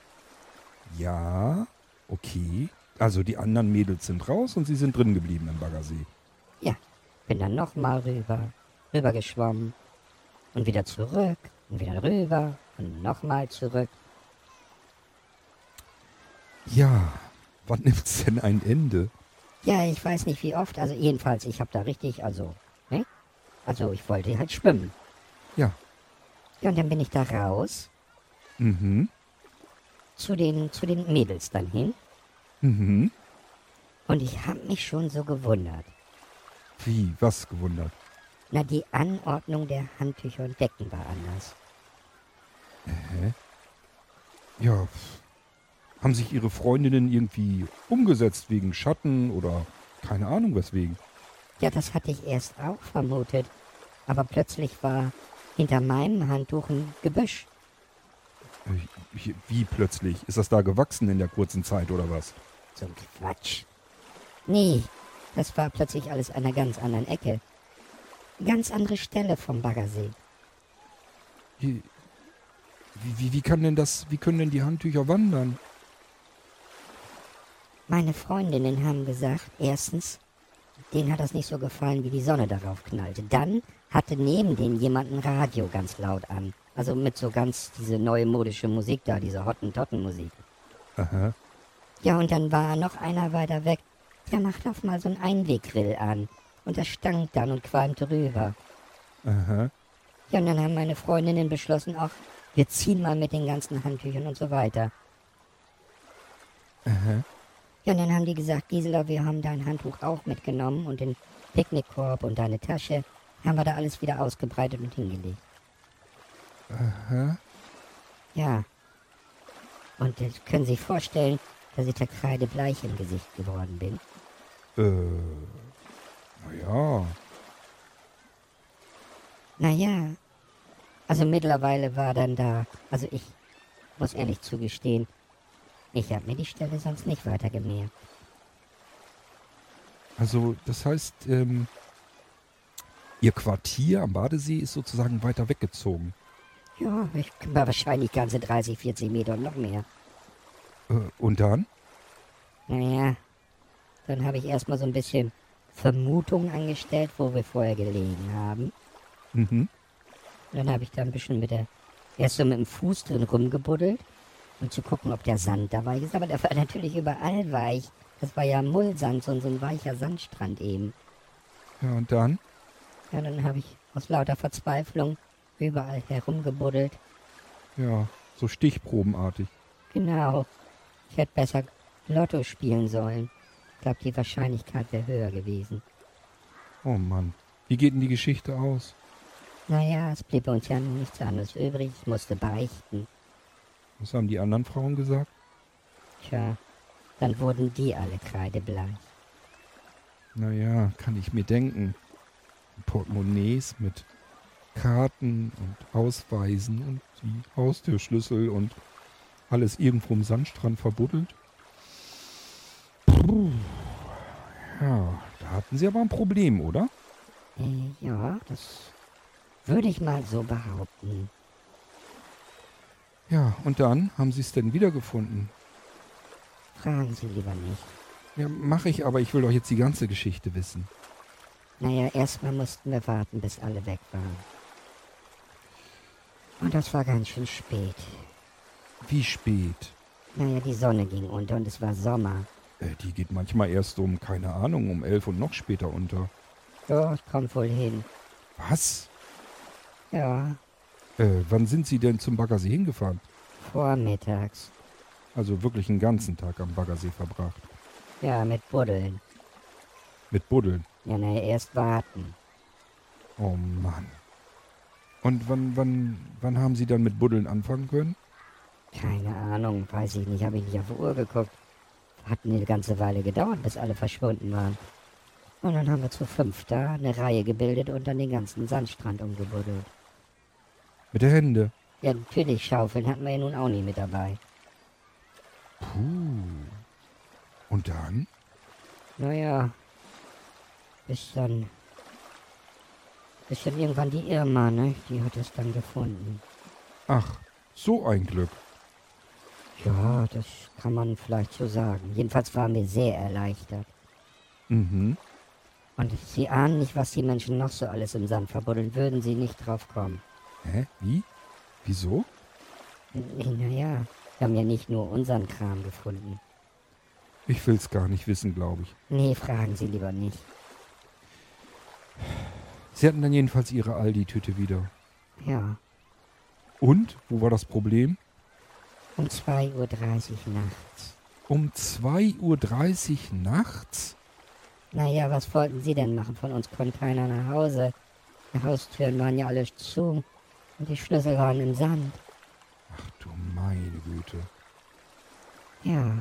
A: Ja, okay. Also die anderen Mädels sind raus und Sie sind drin geblieben im Baggersee.
B: Ja, bin dann nochmal rüber, rüber geschwommen und wieder zurück und wieder rüber und nochmal zurück.
A: Ja, wann nimmt's denn ein Ende?
B: Ja, ich weiß nicht wie oft, also jedenfalls, ich habe da richtig, also, ne? Also ich wollte halt schwimmen.
A: Ja.
B: Ja, und dann bin ich da raus
A: Mhm.
B: zu den, zu den Mädels dann hin
A: Mhm.
B: und ich habe mich schon so gewundert.
A: Wie? Was gewundert?
B: Na, die Anordnung der Handtücher und Decken war anders.
A: Ja, pf. Haben sich Ihre Freundinnen irgendwie umgesetzt wegen Schatten oder keine Ahnung weswegen?
B: Ja, das hatte ich erst auch vermutet, aber plötzlich war hinter meinem Handtuch ein Gebüsch.
A: Äh, Wie wie plötzlich? Ist das da gewachsen in der kurzen Zeit oder was?
B: So ein Quatsch. Nee, das war plötzlich alles an einer ganz anderen Ecke. Ganz andere Stelle vom Baggersee.
A: Wie, wie, wie, wie kann denn das, wie können denn die Handtücher wandern?
B: Meine Freundinnen haben gesagt, erstens, denen hat das nicht so gefallen, wie die Sonne darauf knallte. Dann hatte neben denen jemand ein Radio ganz laut an. Also mit so ganz diese neue modische Musik da, diese Hottentotten-Musik.
A: Aha.
B: Ja, und dann war noch einer weiter weg. Der macht auf mal so einen Einweggrill an. Und das stank dann und qualmte rüber.
A: Aha.
B: Ja, und dann haben meine Freundinnen beschlossen, auch wir ziehen mal mit den ganzen Handtüchern und so weiter.
A: Aha.
B: Ja, und dann haben die gesagt, Gisela, wir haben dein Handtuch auch mitgenommen und den Picknickkorb und deine Tasche. Haben wir da alles wieder ausgebreitet und hingelegt.
A: Aha.
B: Ja. Und das können Sie sich vorstellen, dass ich da kreidebleich im Gesicht geworden bin.
A: Äh, naja.
B: Naja, also mittlerweile war dann da, also ich muss ehrlich zugestehen, ich habe mir die Stelle sonst nicht weiter gemerkt.
A: Also, das heißt, ähm, Ihr Quartier am Badesee ist sozusagen weiter weggezogen.
B: Ja, ich war wahrscheinlich ganze dreißig, vierzig Meter und noch mehr.
A: Äh, und dann?
B: Naja, dann habe ich erstmal so ein bisschen Vermutungen angestellt, wo wir vorher gelegen haben.
A: Mhm.
B: Und dann habe ich da ein bisschen mit der, erst so mit dem Fuß drin rumgebuddelt, um zu gucken, ob der Sand da weich ist. Aber der war natürlich überall weich. Das war ja Mullsand, so, so ein weicher Sandstrand eben.
A: Ja, und dann?
B: Ja, dann habe ich aus lauter Verzweiflung überall herumgebuddelt.
A: Ja, so stichprobenartig.
B: Genau. Ich hätte besser Lotto spielen sollen. Ich glaube, die Wahrscheinlichkeit wäre höher gewesen.
A: Oh Mann. Wie geht denn die Geschichte aus?
B: Naja, es blieb uns ja nichts anderes übrig. Ich musste beichten.
A: Was haben die anderen Frauen gesagt?
B: Tja, dann wurden die alle kreidebleich.
A: Naja, kann ich mir denken. Portemonnaies mit Karten und Ausweisen und die Haustürschlüssel und alles irgendwo im Sandstrand verbuddelt. Puh. Ja, da hatten sie aber ein Problem, oder?
B: Äh, ja, das würde ich mal so behaupten.
A: Ja, und dann haben sie es denn wiedergefunden?
B: Fragen Sie lieber nicht.
A: Ja, mache ich, aber ich will doch jetzt die ganze Geschichte wissen.
B: Naja, erstmal mussten wir warten, bis alle weg waren. Und das war ganz schön spät.
A: Wie spät?
B: Naja, die Sonne ging unter und es war Sommer.
A: Äh, die geht manchmal erst um, keine Ahnung, um elf und noch später unter.
B: Ja, es kommt wohl hin.
A: Was?
B: Ja,
A: Äh, wann sind Sie denn zum Baggersee hingefahren?
B: vormittags.
A: Also wirklich einen ganzen Tag am Baggersee verbracht.
B: Ja, mit Buddeln.
A: Mit Buddeln.
B: Ja, naja, erst warten.
A: Oh Mann. Und wann, wann, wann haben Sie dann mit Buddeln anfangen können?
B: Keine Ahnung, weiß ich nicht, habe ich nicht auf die Uhr geguckt. Hat eine ganze Weile gedauert, bis alle verschwunden waren. Und dann haben wir zu fünf da eine Reihe gebildet und dann den ganzen Sandstrand umgebuddelt.
A: Mit der Hände.
B: Ja, natürlich, Schaufeln hatten wir ja nun auch nie mit dabei.
A: Puh. Und dann?
B: Naja, bis dann, bis dann irgendwann die Irma, ne, die hat es dann gefunden.
A: Ach, so ein Glück.
B: Ja, das kann man vielleicht so sagen. Jedenfalls waren wir sehr erleichtert.
A: Mhm.
B: Und Sie ahnen nicht, was die Menschen noch so alles im Sand verbuddeln, würden sie nicht drauf kommen.
A: Hä? Wie? Wieso?
B: Naja, wir haben ja nicht nur unseren Kram gefunden.
A: Ich will's gar nicht wissen, glaube ich.
B: Nee, fragen Sie lieber nicht.
A: Sie hatten dann jedenfalls Ihre Aldi-Tüte wieder.
B: Ja,
A: Und? Wo war das Problem?
B: um zwei Uhr dreißig nachts.
A: Um zwei Uhr dreißig nachts?
B: Naja, was wollten Sie denn machen? Von uns konnte keiner nach Hause. Die Haustüren waren ja alle zu und die Schlüssel waren im Sand.
A: Ach du meine Güte.
B: Ja,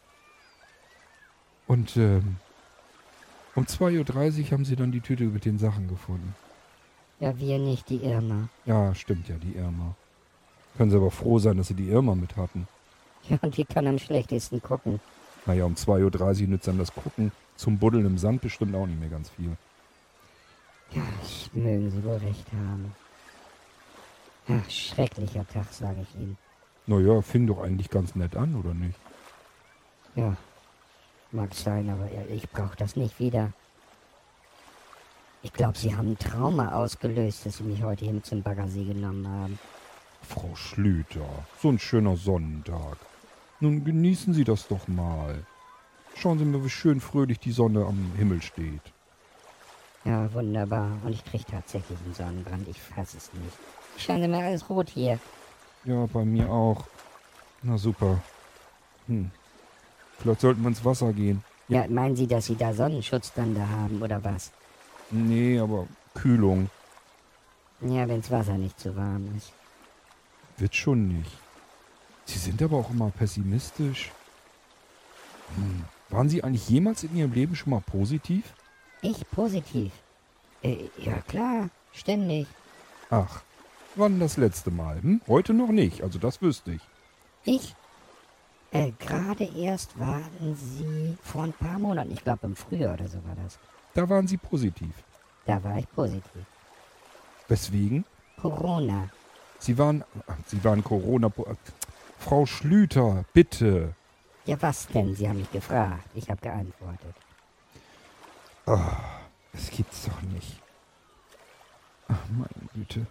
A: Und ähm, um zwei Uhr dreißig haben Sie dann die Tüte mit den Sachen gefunden.
B: ja, wir nicht, die Irma.
A: Ja, stimmt ja, die Irma. Können Sie aber froh sein, dass Sie die Irma mit hatten.
B: Ja, und die kann am schlechtesten gucken.
A: Naja, um zwei Uhr dreißig nützt dann das Gucken zum Buddeln im Sand bestimmt auch nicht mehr ganz viel.
B: Ja, das mögen Sie wohl recht haben. Ach, schrecklicher Tag, sage ich Ihnen.
A: Naja, fing doch eigentlich ganz nett an, oder nicht?
B: Ja, mag sein, aber ich brauche das nicht wieder. Ich glaube, Sie haben ein Trauma ausgelöst, dass Sie mich heute hier mit zum Baggersee genommen haben.
A: Frau Schlüter, so ein schöner Sonnentag. Nun genießen Sie das doch mal. Schauen Sie mal, wie schön fröhlich die Sonne am Himmel steht.
B: Ja, wunderbar. Und ich kriege tatsächlich einen Sonnenbrand. Ich fasse es nicht. Schauen Sie mal, alles rot hier.
A: Ja, bei mir auch. Na super. Hm. Vielleicht sollten wir ins Wasser gehen.
B: Ja, meinen Sie, dass Sie da Sonnenschutz dann da haben, oder was?
A: Nee, aber Kühlung
B: Ja, wenn's Wasser nicht zu warm ist.
A: wird schon nicht. Sie sind aber auch immer pessimistisch. Hm. Waren Sie eigentlich jemals in Ihrem Leben schon mal positiv?
B: Ich positiv. Äh, ja klar, ständig.
A: Ach, wann das letzte Mal? Hm? Heute noch nicht, also das wüsste ich.
B: Ich? Äh, gerade erst waren Sie vor ein paar Monaten, ich glaube im Frühjahr oder so war das.
A: Da waren Sie positiv.
B: Da war ich positiv.
A: Weswegen?
B: Corona.
A: Sie waren, Sie waren Corona... Frau Schlüter, bitte.
B: Ja, was denn? Sie haben mich gefragt. Ich habe geantwortet.
A: Ah, das gibt's doch nicht. Ach, meine Güte.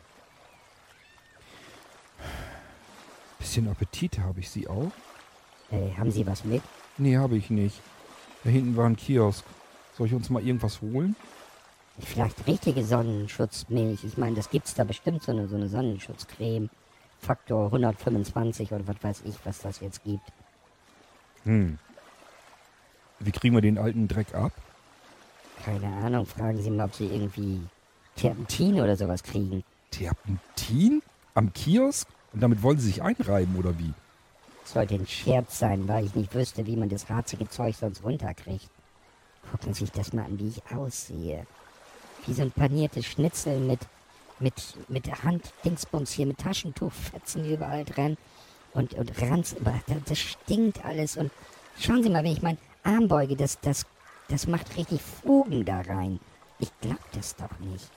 A: Bisschen Appetit habe ich Sie auch?
B: Äh, haben Sie was mit?
A: Nee, habe ich nicht. Da hinten war ein Kiosk. Soll ich uns mal irgendwas holen?
B: Vielleicht richtige Sonnenschutzmilch. Ich meine, das gibt's da bestimmt, so eine, so eine Sonnenschutzcreme. Faktor hundertfünfundzwanzig oder was weiß ich, was das jetzt gibt.
A: Hm. Wie kriegen wir den alten Dreck ab?
B: Keine Ahnung, fragen Sie mal, ob Sie irgendwie Terpentin oder sowas kriegen.
A: Terpentin? Am Kiosk? Und damit wollen Sie sich einreiben, oder wie?
B: Sollte ein Scherz sein, weil ich nicht wüsste, wie man das harzige Zeug sonst runterkriegt. Gucken Sie sich das mal an, wie ich aussehe. Wie so ein paniertes Schnitzel mit, mit, mit Handdingsbums hier, mit Taschentuchfetzen überall dran. Und, und Ranz, das stinkt alles. Und schauen Sie mal, wenn ich meinen Arm beuge, das, das, das macht richtig Fugen da rein. Ich glaub das doch nicht.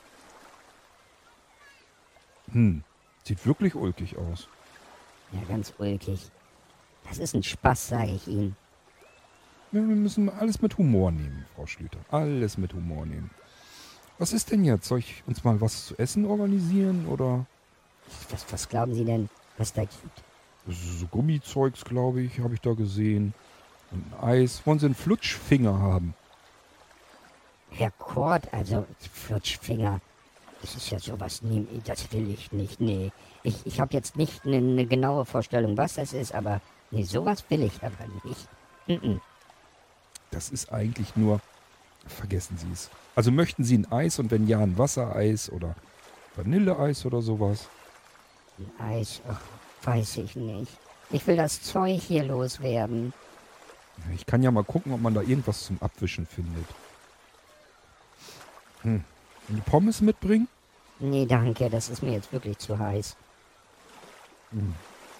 A: Hm. Sieht wirklich ulkig aus.
B: Ja, ganz ulkig. Das ist ein Spaß, sage ich Ihnen.
A: Ja, wir müssen alles mit Humor nehmen, Frau Schlüter. Alles mit Humor nehmen. Was ist denn jetzt? Soll ich uns mal was zu essen organisieren, oder?
B: Was, was glauben Sie denn, was da gibt?
A: So, so Gummizeugs, glaube ich, habe ich da gesehen. Und ein Eis. Wollen Sie einen Flutschfinger haben?
B: Herr Kort, also Flutschfinger, das ist ja sowas, nee, das will ich nicht, nee. Ich, ich habe jetzt nicht eine ne genaue Vorstellung, was das ist, aber nee, sowas will ich aber nicht. Mm-mm.
A: Das ist eigentlich nur... Vergessen Sie es. Also möchten Sie ein Eis und wenn ja, ein Wassereis oder Vanilleeis oder sowas?
B: Ein Eis, ach, weiß ich nicht. Ich will das Zeug hier loswerden.
A: Ich kann ja mal gucken, ob man da irgendwas zum Abwischen findet. Hm. Und die Pommes mitbringen?
B: Nee, danke, das ist mir jetzt wirklich zu heiß.
A: Hm.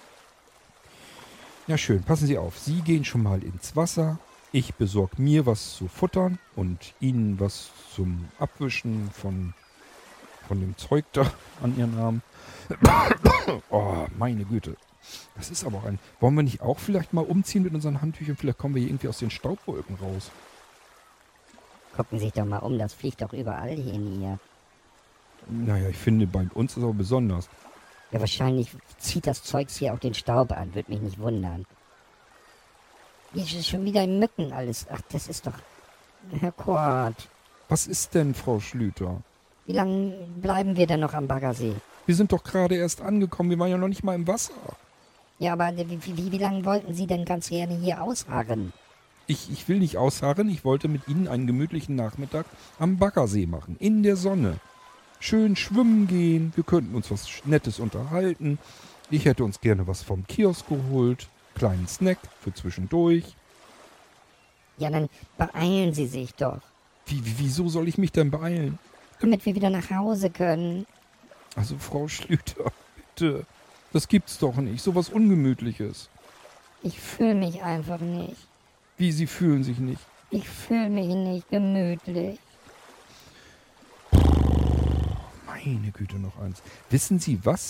A: Ja, schön. Passen Sie auf. Sie gehen schon mal ins Wasser. Ich besorge mir was zu futtern und Ihnen was zum Abwischen von, von dem Zeug da an Ihren Arm. Oh, meine Güte. Das ist aber auch ein... Wollen wir nicht auch vielleicht mal umziehen mit unseren Handtüchern? Vielleicht kommen wir hier irgendwie aus den Staubwolken raus.
B: Gucken Sie sich doch mal um, das fliegt doch überall hin hier.
A: Naja, ich finde, bei uns ist es aber besonders.
B: Ja, wahrscheinlich zieht das Zeugs hier auch den Staub an, würde mich nicht wundern. Hier ist schon wieder Mücken alles. Ach, das ist doch... Herr Kort,
A: Was ist denn, Frau Schlüter?
B: wie lange bleiben wir denn noch am Baggersee?
A: Wir sind doch gerade erst angekommen. Wir waren ja noch nicht mal im Wasser.
B: Ja, aber wie, wie, wie lange wollten Sie denn ganz gerne hier ausharren?
A: Ich, ich will nicht ausharren. Ich wollte mit Ihnen einen gemütlichen Nachmittag am Baggersee machen. In der Sonne. Schön schwimmen gehen. Wir könnten uns was Nettes unterhalten. Ich hätte uns gerne was vom Kiosk geholt. Kleinen Snack für zwischendurch.
B: Ja, dann beeilen Sie sich doch,
A: Wie, wie, wieso soll ich mich denn beeilen?
B: damit wir wieder nach Hause können.
A: Also, Frau Schlüter, bitte. Das gibt's doch nicht. So was Ungemütliches.
B: Ich fühle mich einfach nicht.
A: Wie, Sie fühlen sich nicht?
B: Ich fühle mich nicht gemütlich.
A: Meine Güte, noch eins. Wissen Sie was?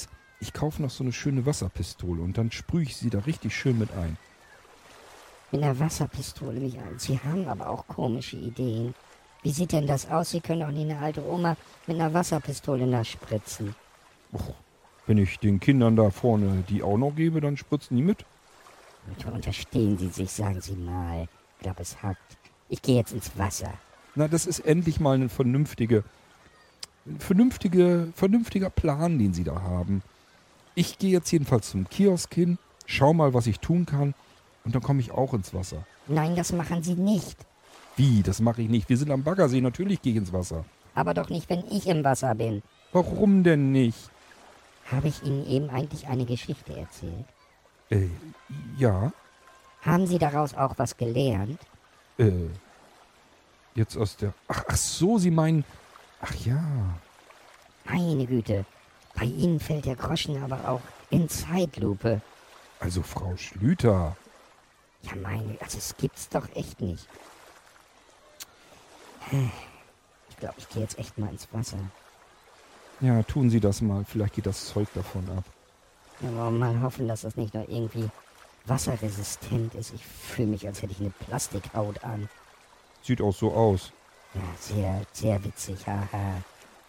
A: ich kaufe noch so eine schöne Wasserpistole und dann sprühe ich sie da richtig schön mit ein.
B: Mit einer Wasserpistole mich an. Sie haben aber auch komische Ideen. Wie sieht denn das aus? Sie können doch nie eine alte Oma mit einer Wasserpistole nachspritzen.
A: Och, wenn ich den Kindern da vorne die auch noch gebe, dann spritzen die mit.
B: Und unterstehen Sie sich, sagen Sie mal. Ich glaube, es hackt. Ich gehe jetzt ins Wasser.
A: Na, das ist endlich mal eine vernünftige, vernünftige, vernünftiger Plan, den Sie da haben. Ich gehe jetzt jedenfalls zum Kiosk hin, schau mal, was ich tun kann und dann komme ich auch ins Wasser.
B: Nein, das machen Sie nicht.
A: Wie? Das mache ich nicht. Wir sind am Baggersee, natürlich gehe ich ins Wasser.
B: Aber doch nicht, wenn ich im Wasser bin.
A: Warum denn nicht?
B: Habe ich Ihnen eben eigentlich eine Geschichte erzählt?
A: Äh, ja,
B: Haben Sie daraus auch was gelernt?
A: äh, jetzt aus der... Ach, ach so, Sie meinen... Ach ja,
B: Meine Güte, bei Ihnen fällt der Groschen aber auch in Zeitlupe.
A: also Frau Schlüter.
B: Ja, meine, also es gibt's doch echt nicht. Ich glaube, ich gehe jetzt echt mal ins Wasser.
A: Ja, tun Sie das mal, vielleicht geht das Zeug davon ab.
B: Ja, aber mal hoffen, dass das nicht noch irgendwie wasserresistent ist. Ich fühle mich, als hätte ich eine Plastikhaut an.
A: Sieht auch so aus.
B: Ja, sehr, sehr witzig, haha.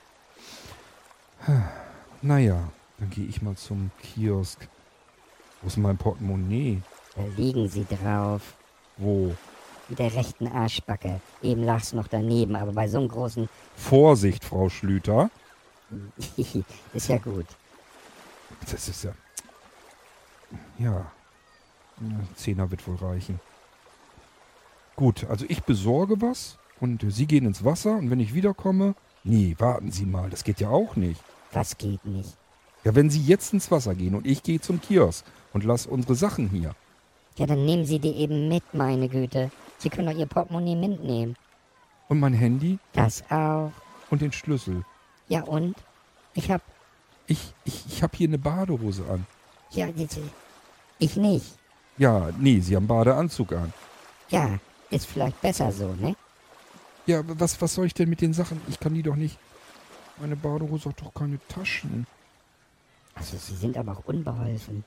A: Naja, dann gehe ich mal zum Kiosk. Wo ist mein Portemonnaie?
B: Da liegen sie drauf.
A: Wo?
B: Mit der rechten Arschbacke. Eben lag's noch daneben, aber bei so einem großen...
A: Vorsicht, Frau Schlüter.
B: ist ja gut.
A: Das ist ja... Ja. Ja, Zehner wird wohl reichen. Gut, also ich besorge was und Sie gehen ins Wasser und wenn ich wiederkomme... Nee, warten Sie mal, das geht ja auch nicht.
B: Was geht nicht?
A: Ja, wenn Sie jetzt ins Wasser gehen und ich gehe zum Kiosk und lasse unsere Sachen hier.
B: Ja, dann nehmen Sie die eben mit, meine Güte. Sie können doch Ihr Portemonnaie mitnehmen.
A: Und mein Handy
B: Das auch.
A: und den Schlüssel.
B: Ja, und? Ich hab...
A: Ich, ich, ich habe hier eine Badehose an.
B: Ja, jetzt- ich nicht.
A: Ja, nee, Sie haben Badeanzug an.
B: Ja, ist vielleicht besser so, ne?
A: Ja, aber was, was soll ich denn mit den Sachen? Ich kann die doch nicht... Meine Badehose hat doch keine Taschen.
B: Also, Sie sind aber auch unbeholfen.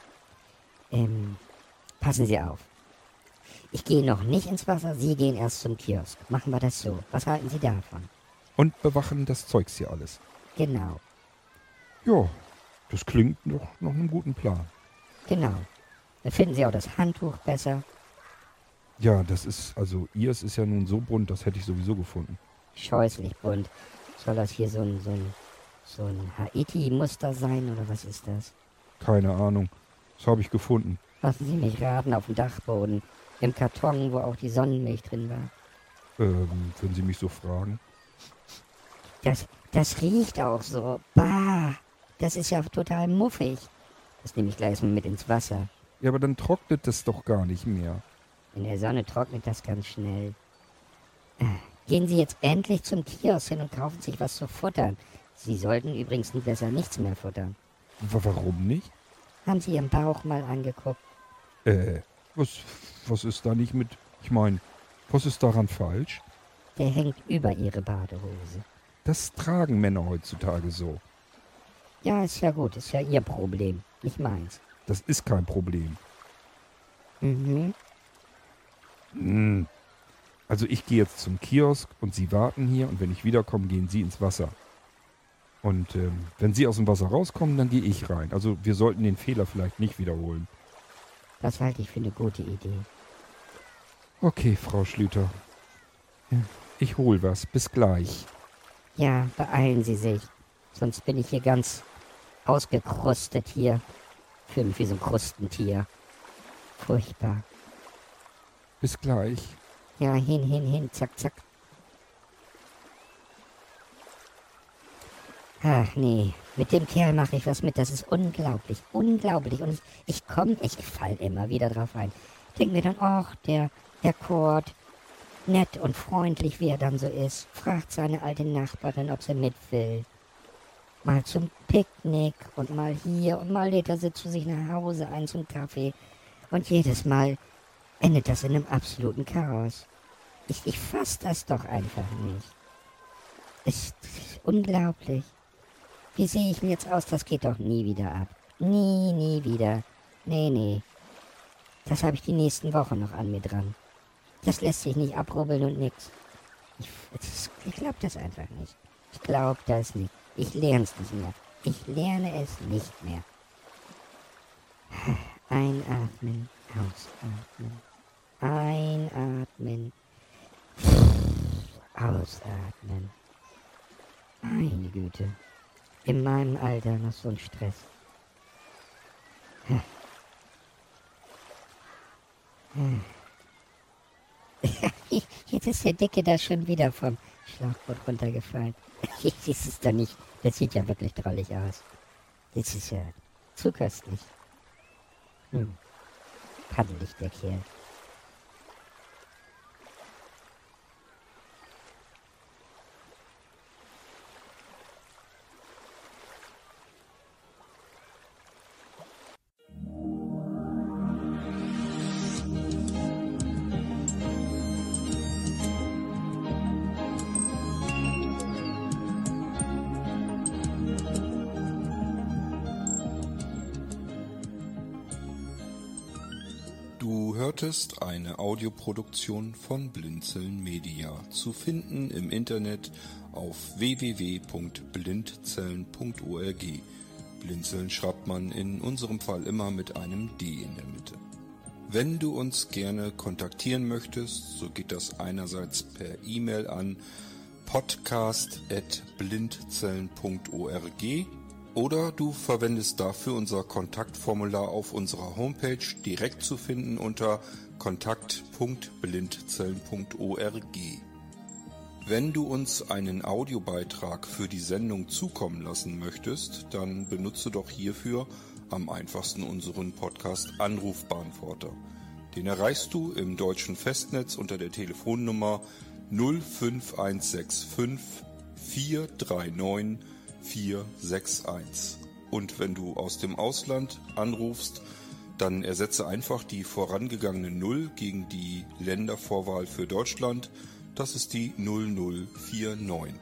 B: Ähm, passen Sie auf. Ich gehe noch nicht ins Wasser, Sie gehen erst zum Kiosk. Machen wir das so. Was halten Sie davon?
A: Und bewachen das Zeugs hier alles.
B: Genau,
A: Ja, das klingt doch nach einem guten Plan.
B: genau. Dann finden Sie auch das Handtuch besser.
A: Ja, das ist, also ihrs ist ja nun so bunt, das hätte ich sowieso gefunden.
B: Scheußlich bunt. Soll das hier so ein, so ein, so ein Haiti-Muster sein, oder was ist das?
A: Keine Ahnung. Das habe ich gefunden.
B: Lassen Sie mich raten, auf dem Dachboden. Im Karton, wo auch die Sonnenmilch drin war.
A: Ähm, wenn Sie mich so fragen.
B: Das, das riecht auch so. Bah, das ist ja total muffig. Das nehme ich gleich mal mit ins Wasser.
A: Ja, aber dann trocknet das doch gar nicht mehr.
B: In der Sonne trocknet das ganz schnell. Äh, Gehen Sie jetzt endlich zum Kiosk hin und kaufen sich was zu futtern. Sie sollten übrigens nie besser nichts mehr futtern.
A: W warum nicht?
B: Haben Sie Ihren Bauch mal angeguckt?
A: Äh, was, was ist da nicht mit... Ich meine, was ist daran falsch?
B: Der hängt über Ihre Badehose.
A: Das tragen Männer heutzutage so.
B: Ja, ist ja gut. Ist ja Ihr Problem, nicht meins.
A: Das ist kein Problem.
B: Mhm.
A: Hm. Also ich gehe jetzt zum Kiosk und Sie warten hier und wenn ich wiederkomme, gehen Sie ins Wasser. Und ähm, wenn Sie aus dem Wasser rauskommen, dann gehe ich rein. Also wir sollten den Fehler vielleicht nicht wiederholen.
B: Das halte ich für eine gute Idee.
A: Okay, Frau Schlüter. Ja, ich hol was. Bis gleich.
B: Ja, beeilen Sie sich. Sonst bin ich hier ganz ausgekrustet hier. Fühle mich wie so ein Krustentier. Furchtbar.
A: Bis gleich.
B: Ja, hin, hin, hin, zack, zack. Ach nee, mit dem Kerl mache ich was mit, das ist unglaublich, unglaublich. Und ich, ich komme, ich fall immer wieder drauf ein. Denk mir dann, ach, der, der Kurt, nett und freundlich, wie er dann so ist, fragt seine alte Nachbarin, ob sie mit will. Mal zum Picknick und mal hier und mal lädt er sie zu sich nach Hause ein zum Kaffee. Und jedes Mal endet das in einem absoluten Chaos. Ich, ich fass das doch einfach nicht. Es ist unglaublich. Wie sehe ich denn jetzt aus? Das geht doch nie wieder ab. Nie, nie wieder. Nee, nee. Das habe ich die nächsten Wochen noch an mir dran. Das lässt sich nicht abrubbeln und nix. Ich, ich glaube das einfach nicht. Ich glaube das nicht. Ich lerne es nicht mehr. Ich lerne es nicht mehr. Einatmen, ausatmen. Einatmen. Ausatmen. Meine Güte. In meinem Alter noch so ein Stress. Jetzt ist der Dicke da schon wieder vom Schlauchboot runtergefallen. Das ist doch nicht. Das sieht ja wirklich drollig aus. Das ist ja zu köstlich. Hm. Paddelig, der Kerl.
C: Du hörtest eine Audioproduktion von Blinzeln Media, zu finden im Internet auf w w w punkt blindzellen punkt org. Blinzeln schreibt man in unserem Fall immer mit einem D in der Mitte. Wenn du uns gerne kontaktieren möchtest, so geht das einerseits per E-Mail an podcast at blindzellen punkt org oder du verwendest dafür unser Kontaktformular auf unserer Homepage, direkt zu finden unter kontakt punkt blindzellen punkt org. Wenn du uns einen Audiobeitrag für die Sendung zukommen lassen möchtest, dann benutze doch hierfür am einfachsten unseren Podcast Anrufbeantworter. Den erreichst du im deutschen Festnetz unter der Telefonnummer null fünf eins sechs fünf vier drei neun vier sechs eins. Und wenn du aus dem Ausland anrufst, dann ersetze einfach die vorangegangene null gegen die Ländervorwahl für Deutschland. Das ist die null null vier neun.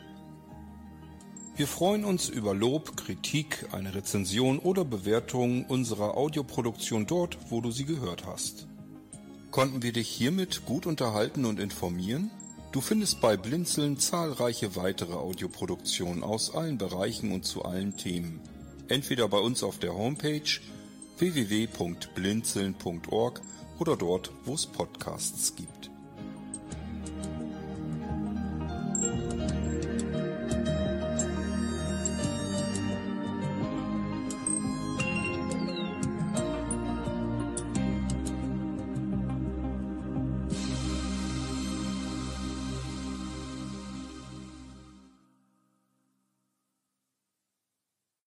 C: Wir freuen uns über Lob, Kritik, eine Rezension oder Bewertung unserer Audioproduktion dort, wo du sie gehört hast. Konnten wir dich hiermit gut unterhalten und informieren? Du findest bei Blinzeln zahlreiche weitere Audioproduktionen aus allen Bereichen und zu allen Themen. Entweder bei uns auf der Homepage w w w punkt blinzeln punkt org oder dort, wo es Podcasts gibt.